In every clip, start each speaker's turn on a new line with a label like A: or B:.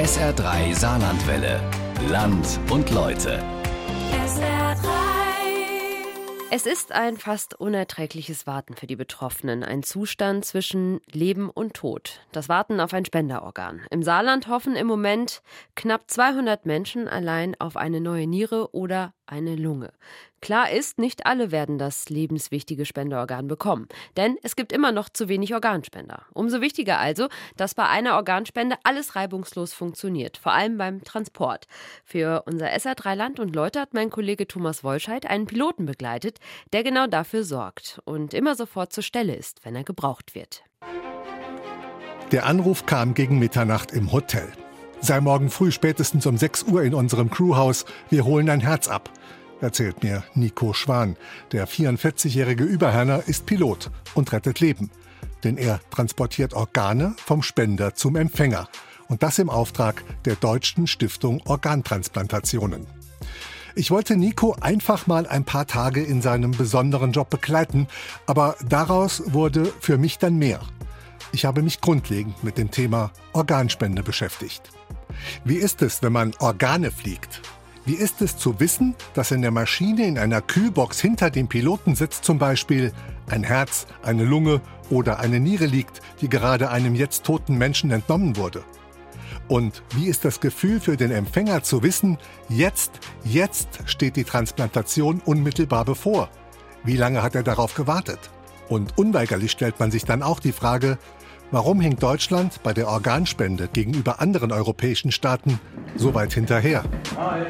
A: SR3 Saarlandwelle. Land und Leute.
B: SR3.
C: Es ist ein fast unerträgliches Warten für die Betroffenen. Ein Zustand zwischen Leben und Tod. Das Warten auf ein Spenderorgan. Im Saarland hoffen im Moment knapp 200 Menschen allein auf eine neue Niere oder eine Lunge. Klar ist, nicht alle werden das lebenswichtige Spenderorgan bekommen. Denn es gibt immer noch zu wenig Organspender. Umso wichtiger also, dass bei einer Organspende alles reibungslos funktioniert. Vor allem beim Transport. Für unser SR3 Land und Leute hat mein Kollege Thomas Wolscheid einen Piloten begleitet, der genau dafür sorgt und immer sofort zur Stelle ist, wenn er gebraucht wird.
D: Der Anruf kam gegen Mitternacht im Hotel. Sei morgen früh spätestens um 6 Uhr in unserem Crewhaus. Wir holen ein Herz ab, erzählt mir Nico Schwan. Der 44-jährige Überherner ist Pilot und rettet Leben. Denn er transportiert Organe vom Spender zum Empfänger. Und das im Auftrag der Deutschen Stiftung Organtransplantationen. Ich wollte Nico einfach mal ein paar Tage in seinem besonderen Job begleiten, aber daraus wurde für mich dann mehr. Ich habe mich grundlegend mit dem Thema Organspende beschäftigt. Wie ist es, wenn man Organe fliegt? Wie ist es zu wissen, dass in der Maschine in einer Kühlbox hinter dem Piloten sitzt zum Beispiel ein Herz, eine Lunge oder eine Niere liegt, die gerade einem jetzt toten Menschen entnommen wurde? Und wie ist das Gefühl für den Empfänger zu wissen, jetzt steht die Transplantation unmittelbar bevor? Wie lange hat er darauf gewartet? Und unweigerlich stellt man sich dann auch die Frage, warum hinkt Deutschland bei der Organspende gegenüber anderen europäischen Staaten so weit hinterher?
E: Hi.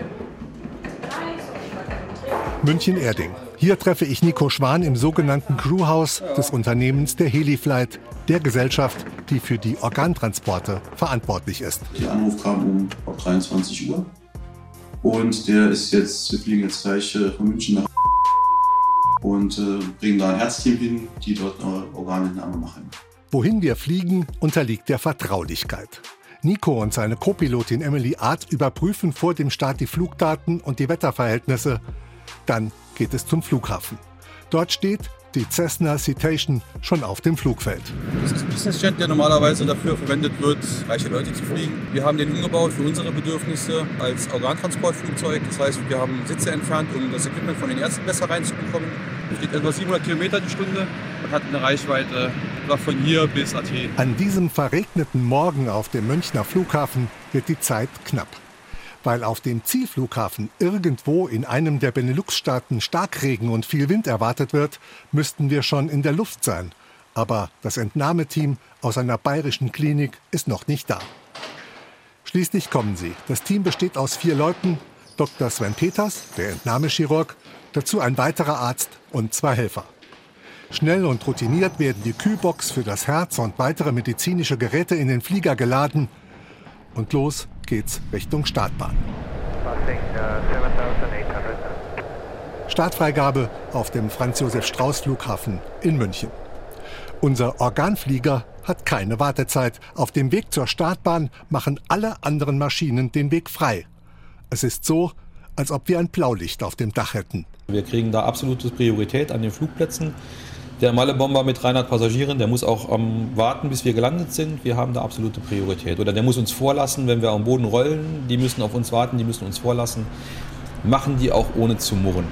D: München-Erding. Hier treffe ich Nico Schwan im sogenannten Crewhaus des Unternehmens der Heliflight, der Gesellschaft, die für die Organtransporte verantwortlich ist.
E: Der Anruf kam um 23 Uhr und wir fliegen jetzt gleich von München nach und bringen da ein Herzteam hin, die dort eine Organentnahme machen.
D: Wohin wir fliegen, unterliegt der Vertraulichkeit. Nico und seine Co-Pilotin Emily Art überprüfen vor dem Start die Flugdaten und die Wetterverhältnisse. Dann geht es zum Flughafen. Dort steht die Cessna Citation schon auf dem Flugfeld.
F: Das ist ein Business-Jet, der normalerweise dafür verwendet wird, reiche Leute zu fliegen. Wir haben den umgebaut für unsere Bedürfnisse als Organtransportflugzeug. Das heißt, wir haben Sitze entfernt, um das Equipment von den Ärzten besser reinzubekommen. Es fliegt etwa 700 Kilometer die Stunde und hat eine Reichweite von hier bis Athen.
D: An diesem verregneten Morgen auf dem Münchner Flughafen wird die Zeit knapp. Weil auf dem Zielflughafen irgendwo in einem der Benelux-Staaten Starkregen und viel Wind erwartet wird, müssten wir schon in der Luft sein. Aber das Entnahmeteam aus einer bayerischen Klinik ist noch nicht da. Schließlich kommen sie. Das Team besteht aus 4 Leuten: Dr. Sven Peters, der Entnahmechirurg, dazu ein weiterer Arzt und 2 Helfer. Schnell und routiniert werden die Kühlbox für das Herz und weitere medizinische Geräte in den Flieger geladen. Und los geht's Richtung Startbahn. Startfreigabe auf dem Franz-Josef-Strauß-Flughafen in München. Unser Organflieger hat keine Wartezeit. Auf dem Weg zur Startbahn machen alle anderen Maschinen den Weg frei. Es ist so, als ob wir ein Blaulicht auf dem Dach hätten.
G: Wir kriegen da absolute Priorität an den Flugplätzen. Der Malle-Bomber mit 300 Passagieren, der muss auch warten, bis wir gelandet sind. Wir haben da absolute Priorität. Oder der muss uns vorlassen, wenn wir am Boden rollen. Die müssen auf uns warten, die müssen uns vorlassen. Machen die auch ohne zu murren.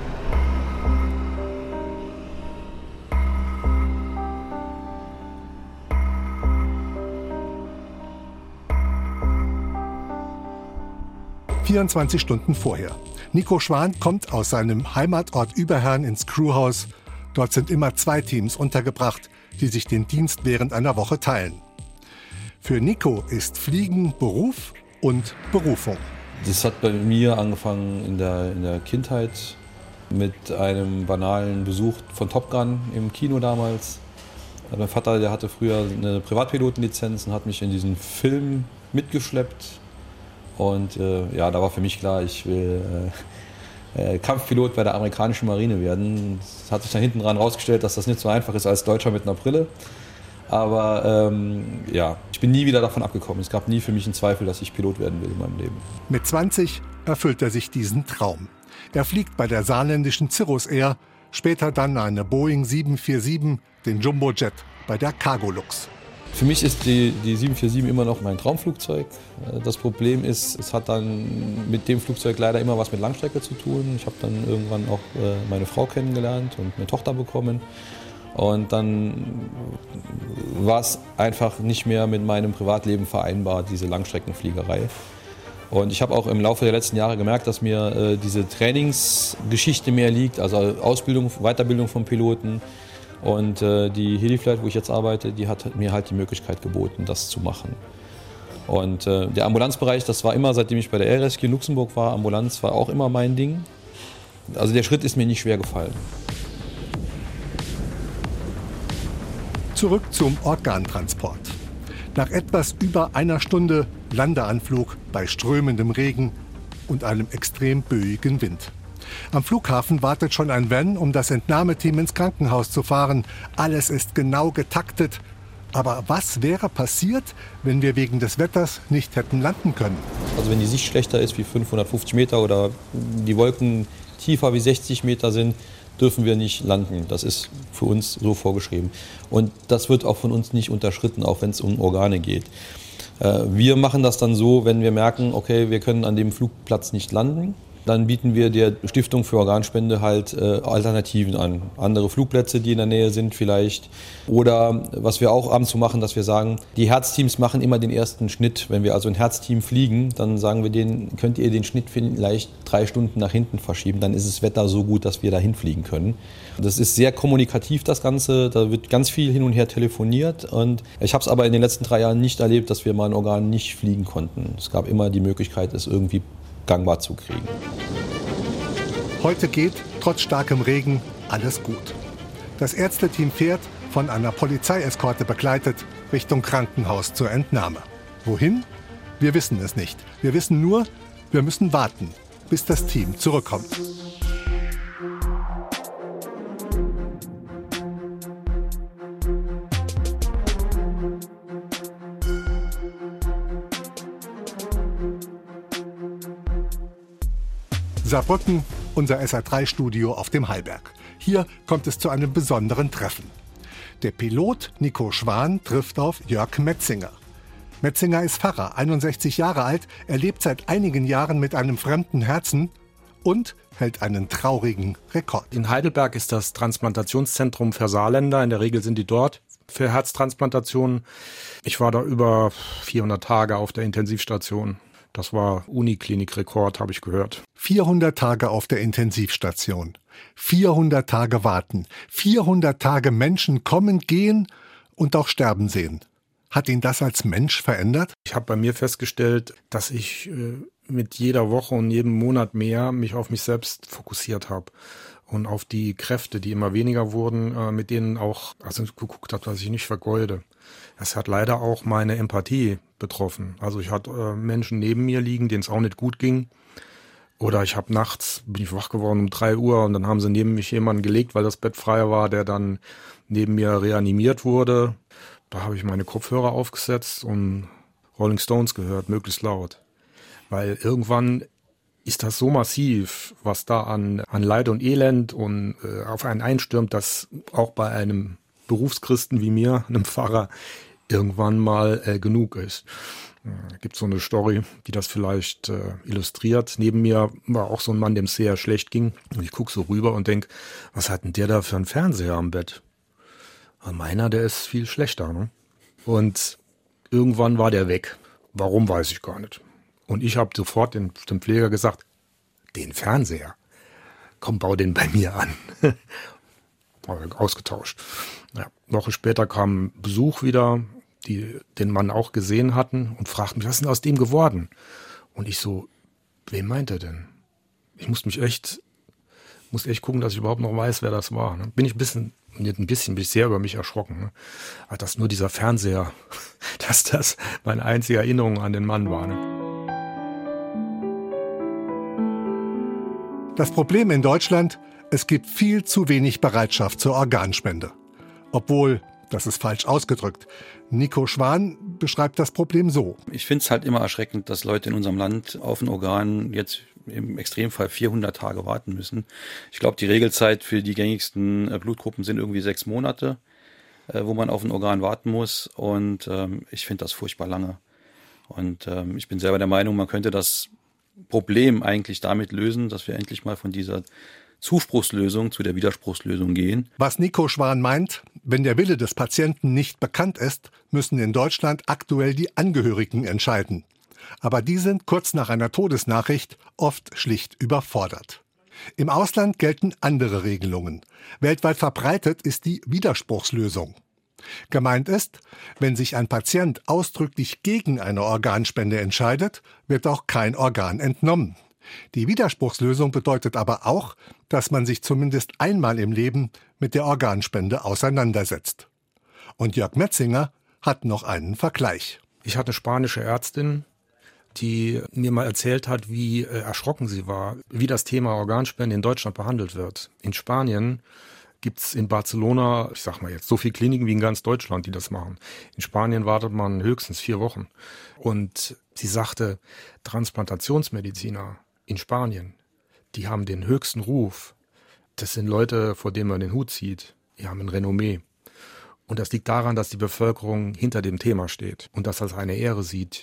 D: ...24 Stunden vorher. Nico Schwan kommt aus seinem Heimatort Überherrn ins Crewhaus. Dort sind immer 2 Teams untergebracht, die sich den Dienst während einer Woche teilen. Für Nico ist Fliegen Beruf und Berufung.
G: Das hat bei mir angefangen in der Kindheit mit einem banalen Besuch von Top Gun im Kino damals. Mein Vater, der hatte früher eine Privatpilotenlizenz und hat mich in diesen Film mitgeschleppt. Und da war für mich klar, ich will Kampfpilot bei der amerikanischen Marine werden. Es hat sich dann hinten dran rausgestellt, dass das nicht so einfach ist als Deutscher mit einer Brille. Aber ich bin nie wieder davon abgekommen. Es gab nie für mich einen Zweifel, dass ich Pilot werden will in meinem Leben.
D: Mit 20 erfüllt er sich diesen Traum. Er fliegt bei der saarländischen Cirrus Air, später dann eine Boeing 747, den Jumbojet bei der Cargolux.
G: Für mich ist die 747 immer noch mein Traumflugzeug. Das Problem ist, es hat dann mit dem Flugzeug leider immer was mit Langstrecke zu tun. Ich habe dann irgendwann auch meine Frau kennengelernt und eine Tochter bekommen. Und dann war es einfach nicht mehr mit meinem Privatleben vereinbar, diese Langstreckenfliegerei. Und ich habe auch im Laufe der letzten Jahre gemerkt, dass mir diese Trainingsgeschichte mehr liegt, also Ausbildung, Weiterbildung von Piloten. Und die Heliflight, wo ich jetzt arbeite, die hat mir halt die Möglichkeit geboten, das zu machen. Und der Ambulanzbereich, das war immer, seitdem ich bei der Air Rescue in Luxemburg war, Ambulanz war auch immer mein Ding. Also der Schritt ist mir nicht schwer gefallen.
D: Zurück zum Organtransport. Nach etwas über einer Stunde Landeanflug bei strömendem Regen und einem extrem böigen Wind. Am Flughafen wartet schon ein Van, um das Entnahmeteam ins Krankenhaus zu fahren. Alles ist genau getaktet. Aber was wäre passiert, wenn wir wegen des Wetters nicht hätten landen können?
G: Also wenn die Sicht schlechter ist wie 550 Meter oder die Wolken tiefer wie 60 Meter sind, dürfen wir nicht landen. Das ist für uns so vorgeschrieben. Und das wird auch von uns nicht unterschritten, auch wenn es um Organe geht. Wir machen das dann so, wenn wir merken, okay, wir können an dem Flugplatz nicht landen. Dann bieten wir der Stiftung für Organspende halt Alternativen an. Andere Flugplätze, die in der Nähe sind vielleicht. Oder was wir auch abends so machen, dass wir sagen, die Herzteams machen immer den ersten Schnitt. Wenn wir also ein Herzteam fliegen, dann sagen wir denen, könnt ihr den Schnitt vielleicht 3 Stunden nach hinten verschieben. Dann ist das Wetter so gut, dass wir da hinfliegen können. Das ist sehr kommunikativ, das Ganze. Da wird ganz viel hin und her telefoniert. Und ich habe es aber in den letzten 3 Jahren nicht erlebt, dass wir mal ein Organ nicht fliegen konnten. Es gab immer die Möglichkeit, es irgendwie gangbar zu kriegen.
D: Heute geht, trotz starkem Regen, alles gut. Das Ärzteteam fährt, von einer Polizeieskorte begleitet, Richtung Krankenhaus zur Entnahme. Wohin? Wir wissen es nicht. Wir wissen nur, wir müssen warten, bis das Team zurückkommt. Saarbrücken, unser SR3-Studio auf dem Hallberg. Hier kommt es zu einem besonderen Treffen. Der Pilot Nico Schwan trifft auf Jörg Metzinger. Metzinger ist Pfarrer, 61 Jahre alt. Er lebt seit einigen Jahren mit einem fremden Herzen und hält einen traurigen Rekord.
B: In Heidelberg ist das Transplantationszentrum für Saarländer. In der Regel sind die dort für Herztransplantationen. Ich war da über 400 Tage auf der Intensivstation. Das war Uniklinik-Rekord, habe ich gehört.
D: 400 Tage auf der Intensivstation. 400 Tage warten. 400 Tage Menschen kommen, gehen und auch sterben sehen. Hat ihn das als Mensch verändert?
B: Ich habe bei mir festgestellt, dass ich mit jeder Woche und jedem Monat mehr mich auf mich selbst fokussiert habe. Und auf die Kräfte, die immer weniger wurden, mit denen auch geguckt habe, dass ich nicht vergeude. Es hat leider auch meine Empathie betroffen. Also ich hatte Menschen neben mir liegen, denen es auch nicht gut ging. Oder ich habe nachts, bin ich wach geworden um 3 Uhr und dann haben sie neben mich jemanden gelegt, weil das Bett frei war, der dann neben mir reanimiert wurde. Da habe ich meine Kopfhörer aufgesetzt und Rolling Stones gehört, möglichst laut. Weil irgendwann ist das so massiv, was da an Leid und Elend und auf einen einstürmt, dass auch bei einem Berufschristen wie mir, einem Pfarrer, irgendwann mal genug ist. Da gibt es so eine Story, die das vielleicht illustriert. Neben mir war auch so ein Mann, dem es sehr schlecht ging. Und ich gucke so rüber und denke, was hat denn der da für einen Fernseher am Bett? Und meiner, der ist viel schlechter. Ne? Und irgendwann war der weg. Warum, weiß ich gar nicht. Und ich habe sofort dem Pfleger gesagt, den Fernseher, komm, bau den bei mir an. Ausgetauscht. Ja, eine Woche später kam Besuch wieder, die den Mann auch gesehen hatten und fragten mich, was ist denn aus dem geworden? Und ich so, wen meint er denn? Ich musste echt gucken, dass ich überhaupt noch weiß, wer das war. Ne? Bin ich sehr über mich erschrocken. Ne? Dass nur dieser Fernseher, dass das meine einzige Erinnerung an den Mann war. Ne?
D: Das Problem in Deutschland: Es gibt viel zu wenig Bereitschaft zur Organspende. Obwohl, das ist falsch ausgedrückt. Nico Schwan beschreibt das Problem so.
H: Ich finde es halt immer erschreckend, dass Leute in unserem Land auf ein Organ jetzt im Extremfall 400 Tage warten müssen. Ich glaube, die Regelzeit für die gängigsten Blutgruppen sind irgendwie 6 Monate. wo man auf ein Organ warten muss. Und ich finde das furchtbar lange. Und ich bin selber der Meinung, man könnte das Problem eigentlich damit lösen, dass wir endlich mal von dieser Zuspruchslösung zu der Widerspruchslösung gehen.
D: Was Nico Schwan meint, wenn der Wille des Patienten nicht bekannt ist, müssen in Deutschland aktuell die Angehörigen entscheiden. Aber die sind kurz nach einer Todesnachricht oft schlicht überfordert. Im Ausland gelten andere Regelungen. Weltweit verbreitet ist die Widerspruchslösung. Gemeint ist, wenn sich ein Patient ausdrücklich gegen eine Organspende entscheidet, wird auch kein Organ entnommen. Die Widerspruchslösung bedeutet aber auch, dass man sich zumindest einmal im Leben mit der Organspende auseinandersetzt. Und Jörg Metzinger hat noch einen Vergleich.
B: Ich hatte eine spanische Ärztin, die mir mal erzählt hat, wie erschrocken sie war, wie das Thema Organspende in Deutschland behandelt wird. In Spanien gibt's in Barcelona, ich sag mal jetzt, so viele Kliniken wie in ganz Deutschland, die das machen. In Spanien wartet man höchstens 4 Wochen. Und sie sagte, Transplantationsmediziner in Spanien, die haben den höchsten Ruf. Das sind Leute, vor denen man den Hut zieht. Die haben ein Renommee. Und das liegt daran, dass die Bevölkerung hinter dem Thema steht und das als eine Ehre sieht,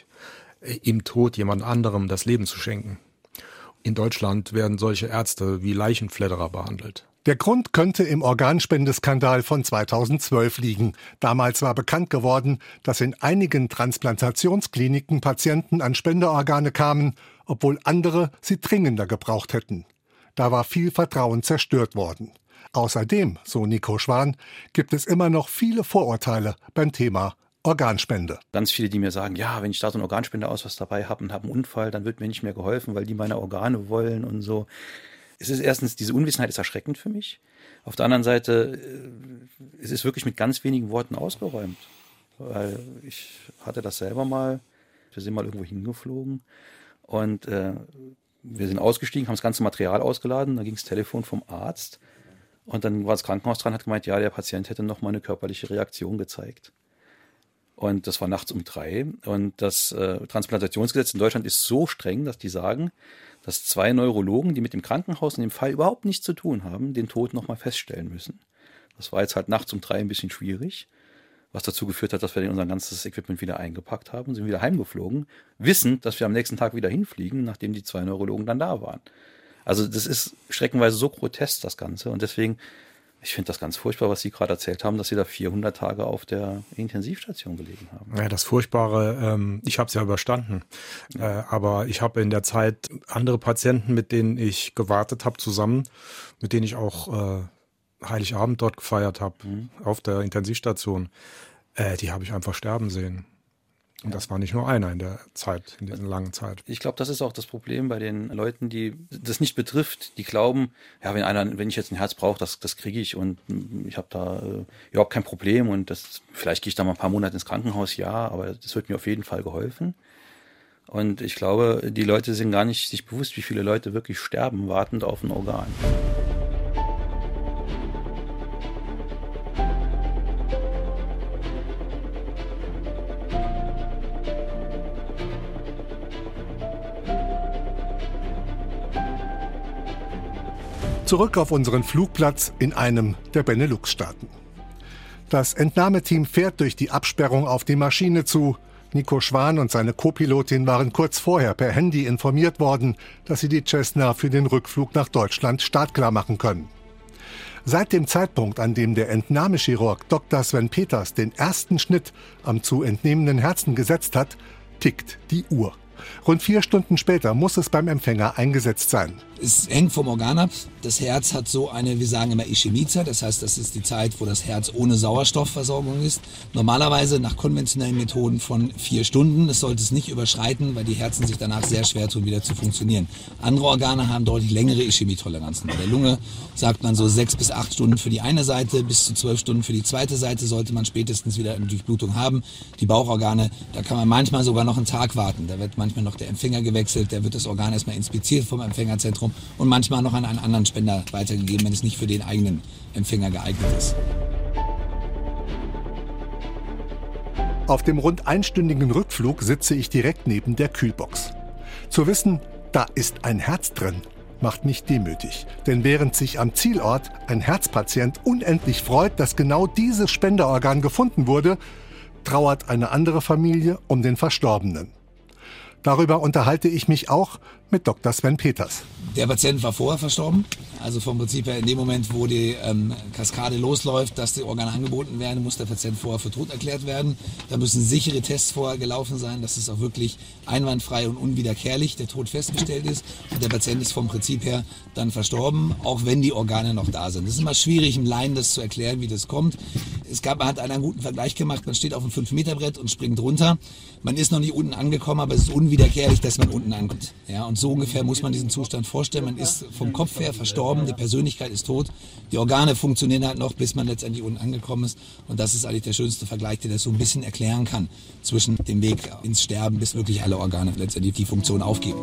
B: im Tod jemand anderem das Leben zu schenken. In Deutschland werden solche Ärzte wie Leichenfledderer behandelt.
D: Der Grund könnte im Organspendeskandal von 2012 liegen. Damals war bekannt geworden, dass in einigen Transplantationskliniken Patienten an Spenderorgane kamen, obwohl andere sie dringender gebraucht hätten. Da war viel Vertrauen zerstört worden. Außerdem, so Nico Schwan, gibt es immer noch viele Vorurteile beim Thema Organspende.
H: Ganz viele, die mir sagen, ja, wenn ich da so einen Organspendeausweis dabei habe und habe einen Unfall, dann wird mir nicht mehr geholfen, weil die meine Organe wollen und so. Es ist erstens, diese Unwissenheit ist erschreckend für mich. Auf der anderen Seite, es ist wirklich mit ganz wenigen Worten ausgeräumt. Weil ich hatte das selber mal, wir sind mal irgendwo hingeflogen und wir sind ausgestiegen, haben das ganze Material ausgeladen, dann ging das Telefon vom Arzt und dann war das Krankenhaus dran, hat gemeint, ja, der Patient hätte noch mal eine körperliche Reaktion gezeigt. Und das war nachts um 3. Und das Transplantationsgesetz in Deutschland ist so streng, dass die sagen, dass 2 Neurologen, die mit dem Krankenhaus in dem Fall überhaupt nichts zu tun haben, den Tod nochmal feststellen müssen. Das war jetzt halt nachts um 3 ein bisschen schwierig, was dazu geführt hat, dass wir unser ganzes Equipment wieder eingepackt haben, sind wieder heimgeflogen, wissend, dass wir am nächsten Tag wieder hinfliegen, nachdem die 2 Neurologen dann da waren. Also das ist streckenweise so grotesk, das Ganze. Und deswegen, ich finde das ganz furchtbar, was Sie gerade erzählt haben, dass Sie da 400 Tage auf der Intensivstation gelegen haben.
B: Ja, das Furchtbare, ich habe es ja überstanden. Aber ich habe in der Zeit andere Patienten, mit denen ich gewartet habe, zusammen, mit denen ich auch Heiligabend dort gefeiert habe, auf der Intensivstation. Die habe ich einfach sterben sehen. Und das war nicht nur einer in der Zeit, in dieser langen Zeit.
H: Ich glaube, das ist auch das Problem bei den Leuten, die das nicht betrifft. Die glauben, ja, wenn ich jetzt ein Herz brauche, das kriege ich und ich habe da überhaupt kein Problem und vielleicht gehe ich da mal ein paar Monate ins Krankenhaus, ja, aber das wird mir auf jeden Fall geholfen. Und ich glaube, die Leute sind gar nicht sich bewusst, wie viele Leute wirklich sterben, wartend auf ein Organ.
D: Zurück auf unseren Flugplatz in einem der Benelux-Staaten. Das Entnahmeteam fährt durch die Absperrung auf die Maschine zu. Nico Schwan und seine Co-Pilotin waren kurz vorher per Handy informiert worden, dass sie die Cessna für den Rückflug nach Deutschland startklar machen können. Seit dem Zeitpunkt, an dem der Entnahmechirurg Dr. Sven Peters den ersten Schnitt am zu entnehmenden Herzen gesetzt hat, tickt die Uhr. Rund 4 Stunden später muss es beim Empfänger eingesetzt sein.
I: Es hängt vom Organ ab. Das Herz hat so eine, wir sagen immer Ischämiezeit, das heißt, das ist die Zeit, wo das Herz ohne Sauerstoffversorgung ist. Normalerweise nach konventionellen Methoden von 4 Stunden. Das sollte es nicht überschreiten, weil die Herzen sich danach sehr schwer tun, wieder zu funktionieren. Andere Organe haben deutlich längere Ischämietoleranzen. Bei der Lunge sagt man so 6 bis 8 Stunden für die eine Seite, bis zu 12 Stunden für die zweite Seite sollte man spätestens wieder eine Durchblutung haben. Die Bauchorgane, da kann man manchmal sogar noch einen Tag warten. Da wird manchmal noch der Empfänger gewechselt, da wird das Organ erstmal inspiziert vom Empfängerzentrum und manchmal noch an einen anderen Spender weitergegeben, wenn es nicht für den eigenen Empfänger geeignet ist.
D: Auf dem rund einstündigen Rückflug sitze ich direkt neben der Kühlbox. Zu wissen, da ist ein Herz drin, macht mich demütig. Denn während sich am Zielort ein Herzpatient unendlich freut, dass genau dieses Spenderorgan gefunden wurde, trauert eine andere Familie um den Verstorbenen. Darüber unterhalte ich mich auch mit Dr. Sven Peters.
I: Der Patient war vorher verstorben. Also vom Prinzip her, in dem Moment, wo die Kaskade losläuft, dass die Organe angeboten werden, muss der Patient vorher für tot erklärt werden. Da müssen sichere Tests vorher gelaufen sein, dass es auch wirklich einwandfrei und unwiederkehrlich der Tod festgestellt ist. Und der Patient ist vom Prinzip her dann verstorben, auch wenn die Organe noch da sind. Es ist immer schwierig, im Laien das zu erklären, wie das kommt. Man hat einen guten Vergleich gemacht. Man steht auf einem 5-Meter-Brett und springt runter. Man ist noch nicht unten angekommen, aber es ist unwiederkehrlich, dass man unten ankommt. Ja, und so ungefähr muss man diesen Zustand vorstellen. Man ist vom Kopf her verstorben, die Persönlichkeit ist tot. Die Organe funktionieren halt noch, bis man letztendlich unten angekommen ist. Und das ist eigentlich der schönste Vergleich, der das so ein bisschen erklären kann. Zwischen dem Weg ins Sterben, bis wirklich alle Organe letztendlich die Funktion aufgeben.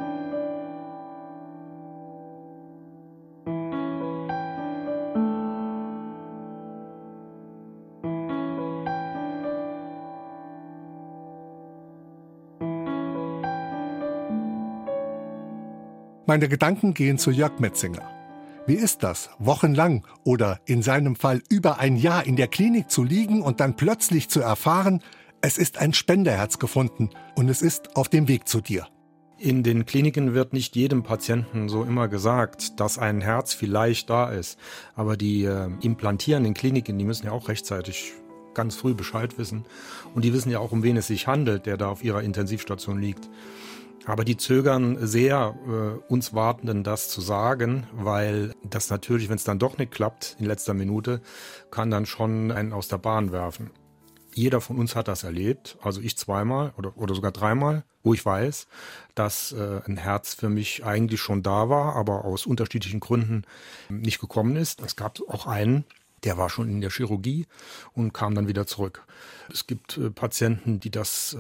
D: Meine Gedanken gehen zu Jörg Metzinger. Wie ist das, wochenlang oder in seinem Fall über ein Jahr in der Klinik zu liegen und dann plötzlich zu erfahren, es ist ein Spenderherz gefunden und es ist auf dem Weg zu dir?
B: In den Kliniken wird nicht jedem Patienten so immer gesagt, dass ein Herz vielleicht da ist. Aber die implantierenden Kliniken, die müssen ja auch rechtzeitig ganz früh Bescheid wissen. Und die wissen ja auch, um wen es sich handelt, der da auf ihrer Intensivstation liegt. Aber die zögern sehr, uns Wartenden das zu sagen, weil das natürlich, wenn es dann doch nicht klappt in letzter Minute, kann dann schon einen aus der Bahn werfen. Jeder von uns hat das erlebt, also ich zweimal oder sogar dreimal, wo ich weiß, dass ein Herz für mich eigentlich schon da war, aber aus unterschiedlichen Gründen nicht gekommen ist. Es gab auch einen, der war schon in der Chirurgie und kam dann wieder zurück. Es gibt Patienten, die das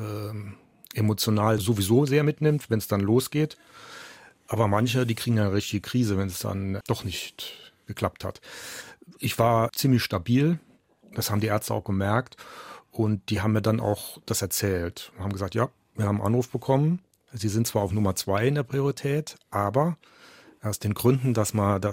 B: emotional sowieso sehr mitnimmt, wenn es dann losgeht. Aber manche, die kriegen eine richtige Krise, wenn es dann doch nicht geklappt hat. Ich war ziemlich stabil, das haben die Ärzte auch gemerkt. Und die haben mir dann auch das erzählt. Und haben gesagt, ja, wir haben einen Anruf bekommen. Sie sind zwar auf Nummer 2 in der Priorität, aber aus den Gründen, dass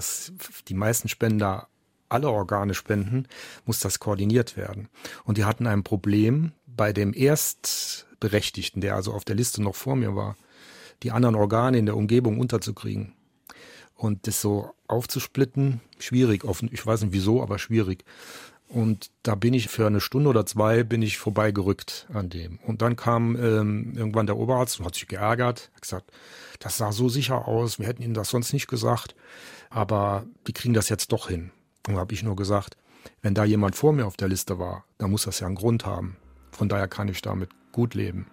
B: die meisten Spender alle Organe spenden, muss das koordiniert werden. Und die hatten ein Problem bei dem Erstberechtigten, der also auf der Liste noch vor mir war, die anderen Organe in der Umgebung unterzukriegen. Und das so aufzusplitten, schwierig. Ich weiß nicht wieso, aber schwierig. Und da bin ich für eine Stunde oder 2 vorbeigerückt an dem. Und dann kam irgendwann der Oberarzt und hat sich geärgert. Hat gesagt, das sah so sicher aus, wir hätten Ihnen das sonst nicht gesagt. Aber die kriegen das jetzt doch hin. Und da habe ich nur gesagt, wenn da jemand vor mir auf der Liste war, dann muss das ja einen Grund haben. Von daher kann ich damit gut leben.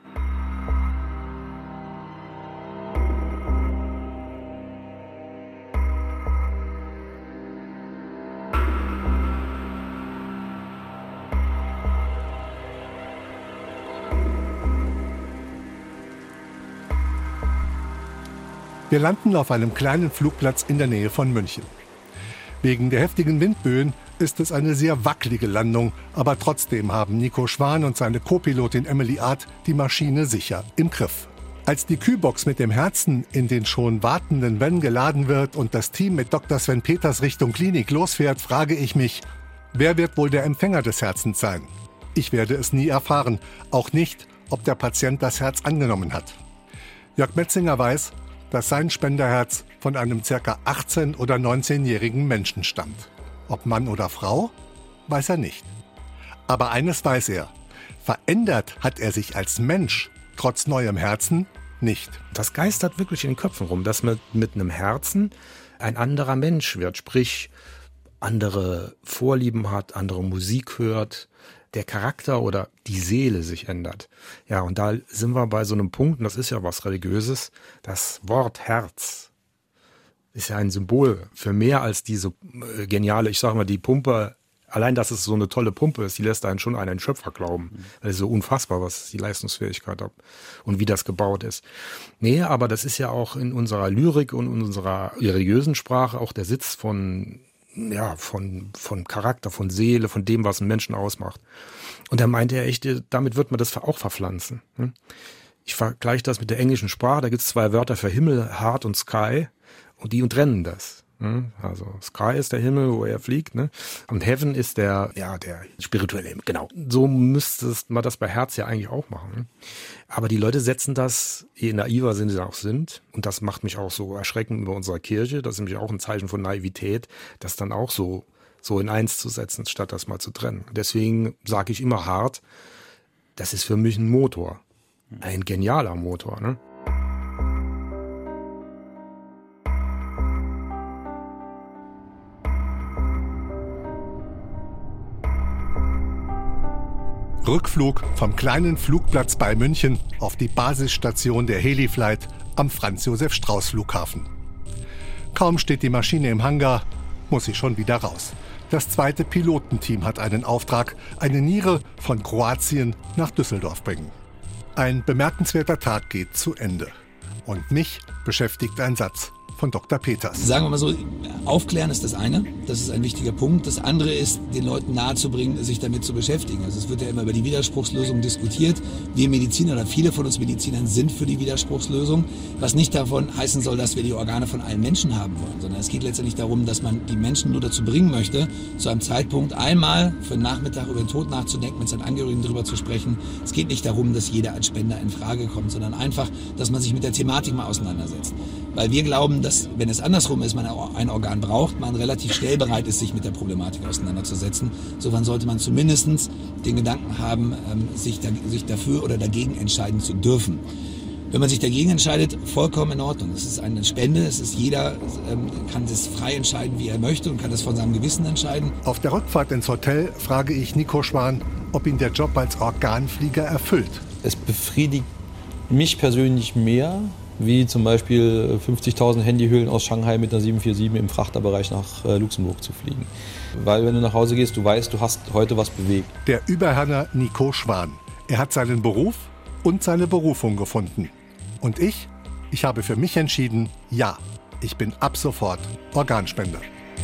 D: Wir landen auf einem kleinen Flugplatz in der Nähe von München. Wegen der heftigen Windböen ist es eine sehr wackelige Landung, aber trotzdem haben Nico Schwan und seine Co-Pilotin Emily Art die Maschine sicher im Griff. Als die Kühlbox mit dem Herzen in den schon wartenden Van geladen wird und das Team mit Dr. Sven Peters Richtung Klinik losfährt, frage ich mich, wer wird wohl der Empfänger des Herzens sein? Ich werde es nie erfahren, auch nicht, ob der Patient das Herz angenommen hat. Jörg Metzinger weiß, dass sein Spenderherz von einem ca. 18- oder 19-jährigen Menschen stammt. Ob Mann oder Frau, weiß er nicht. Aber eines weiß er, verändert hat er sich als Mensch, trotz neuem Herzen, nicht.
B: Das geistert wirklich in den Köpfen rum, dass man mit einem Herzen ein anderer Mensch wird, sprich andere Vorlieben hat, andere Musik hört, der Charakter oder die Seele sich ändert. Ja, und da sind wir bei so einem Punkt, und das ist ja was Religiöses, das Wort Herz ist ja ein Symbol für mehr als diese geniale, ich sag mal, die Pumpe, allein, dass es so eine tolle Pumpe ist, die lässt einen schon an einen Schöpfer glauben. Weil es so unfassbar, was die Leistungsfähigkeit hat und wie das gebaut ist. Nee, aber das ist ja auch in unserer Lyrik und in unserer religiösen Sprache auch der Sitz von Charakter, von Seele, von dem, was einen Menschen ausmacht. Und da meinte er echt, damit wird man das auch verpflanzen. Ich vergleiche das mit der englischen Sprache, da gibt es 2 Wörter für Himmel, Heart und Sky. Und die trennen das. Also Sky ist der Himmel, wo er fliegt, ne? Und Heaven ist der spirituelle Himmel, genau. So müsste man das bei Herz ja eigentlich auch machen. Ne? Aber die Leute setzen das, je naiver sie auch sind, und das macht mich auch so erschreckend über unserer Kirche, das ist nämlich auch ein Zeichen von Naivität, das dann auch so in eins zu setzen, statt das mal zu trennen. Deswegen sage ich immer hart, das ist für mich ein Motor, ein genialer Motor, ne?
D: Rückflug vom kleinen Flugplatz bei München auf die Basisstation der Heliflight am Franz-Josef-Strauß-Flughafen. Kaum steht die Maschine im Hangar, muss sie schon wieder raus. Das zweite Pilotenteam hat einen Auftrag, eine Niere von Kroatien nach Düsseldorf bringen. Ein bemerkenswerter Tag geht zu Ende. Und mich beschäftigt ein Satz von Dr. Peters.
I: Sagen wir mal so, aufklären ist das eine, das ist ein wichtiger Punkt. Das andere ist, den Leuten nahezubringen, sich damit zu beschäftigen. Also es wird ja immer über die Widerspruchslösung diskutiert. Wir Mediziner oder viele von uns Medizinern sind für die Widerspruchslösung, was nicht davon heißen soll, dass wir die Organe von allen Menschen haben wollen, sondern es geht letztendlich darum, dass man die Menschen nur dazu bringen möchte, zu einem Zeitpunkt einmal für den Nachmittag über den Tod nachzudenken, mit seinen Angehörigen darüber zu sprechen. Es geht nicht darum, dass jeder als Spender in Frage kommt, sondern einfach, dass man sich mit der Thematik mal auseinandersetzt. Weil wir glauben, dass, wenn es andersrum ist, man ein Organ braucht, man relativ schnell bereit ist, sich mit der Problematik auseinanderzusetzen. Insofern sollte man zumindest den Gedanken haben, sich dafür oder dagegen entscheiden zu dürfen. Wenn man sich dagegen entscheidet, vollkommen in Ordnung. Es ist eine Spende, jeder kann das frei entscheiden, wie er möchte und kann das von seinem Gewissen entscheiden.
D: Auf der Rückfahrt ins Hotel frage ich Nico Schwan, ob ihn der Job als Organflieger erfüllt.
G: Es befriedigt mich persönlich mehr, wie zum Beispiel 50.000 Handyhüllen aus Shanghai mit einer 747 im Frachterbereich nach Luxemburg zu fliegen. Weil wenn du nach Hause gehst, du weißt, du hast heute was bewegt.
D: Der Überherner Nico Schwan. Er hat seinen Beruf und seine Berufung gefunden. Und ich habe für mich entschieden, ja, ich bin ab sofort Organspender.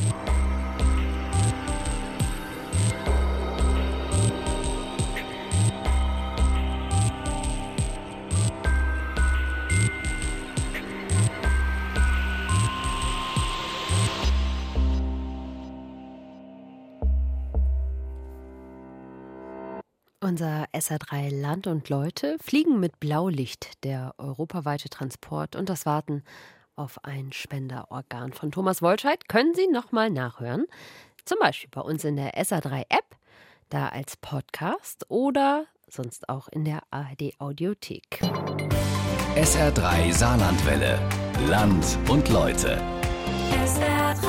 C: Unser SR3 Land und Leute fliegen mit Blaulicht, der europaweite Transport und das Warten auf ein Spenderorgan von Thomas Wollscheid können Sie nochmal nachhören. Zum Beispiel bei uns in der SR3-App, da als Podcast oder sonst auch in der ARD-Audiothek.
A: SR3 Saarlandwelle. Land und Leute.
J: SR3.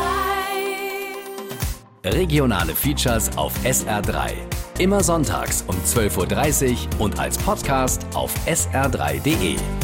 A: Regionale Features auf SR3. Immer sonntags um 12:30 Uhr und als Podcast auf sr3.de.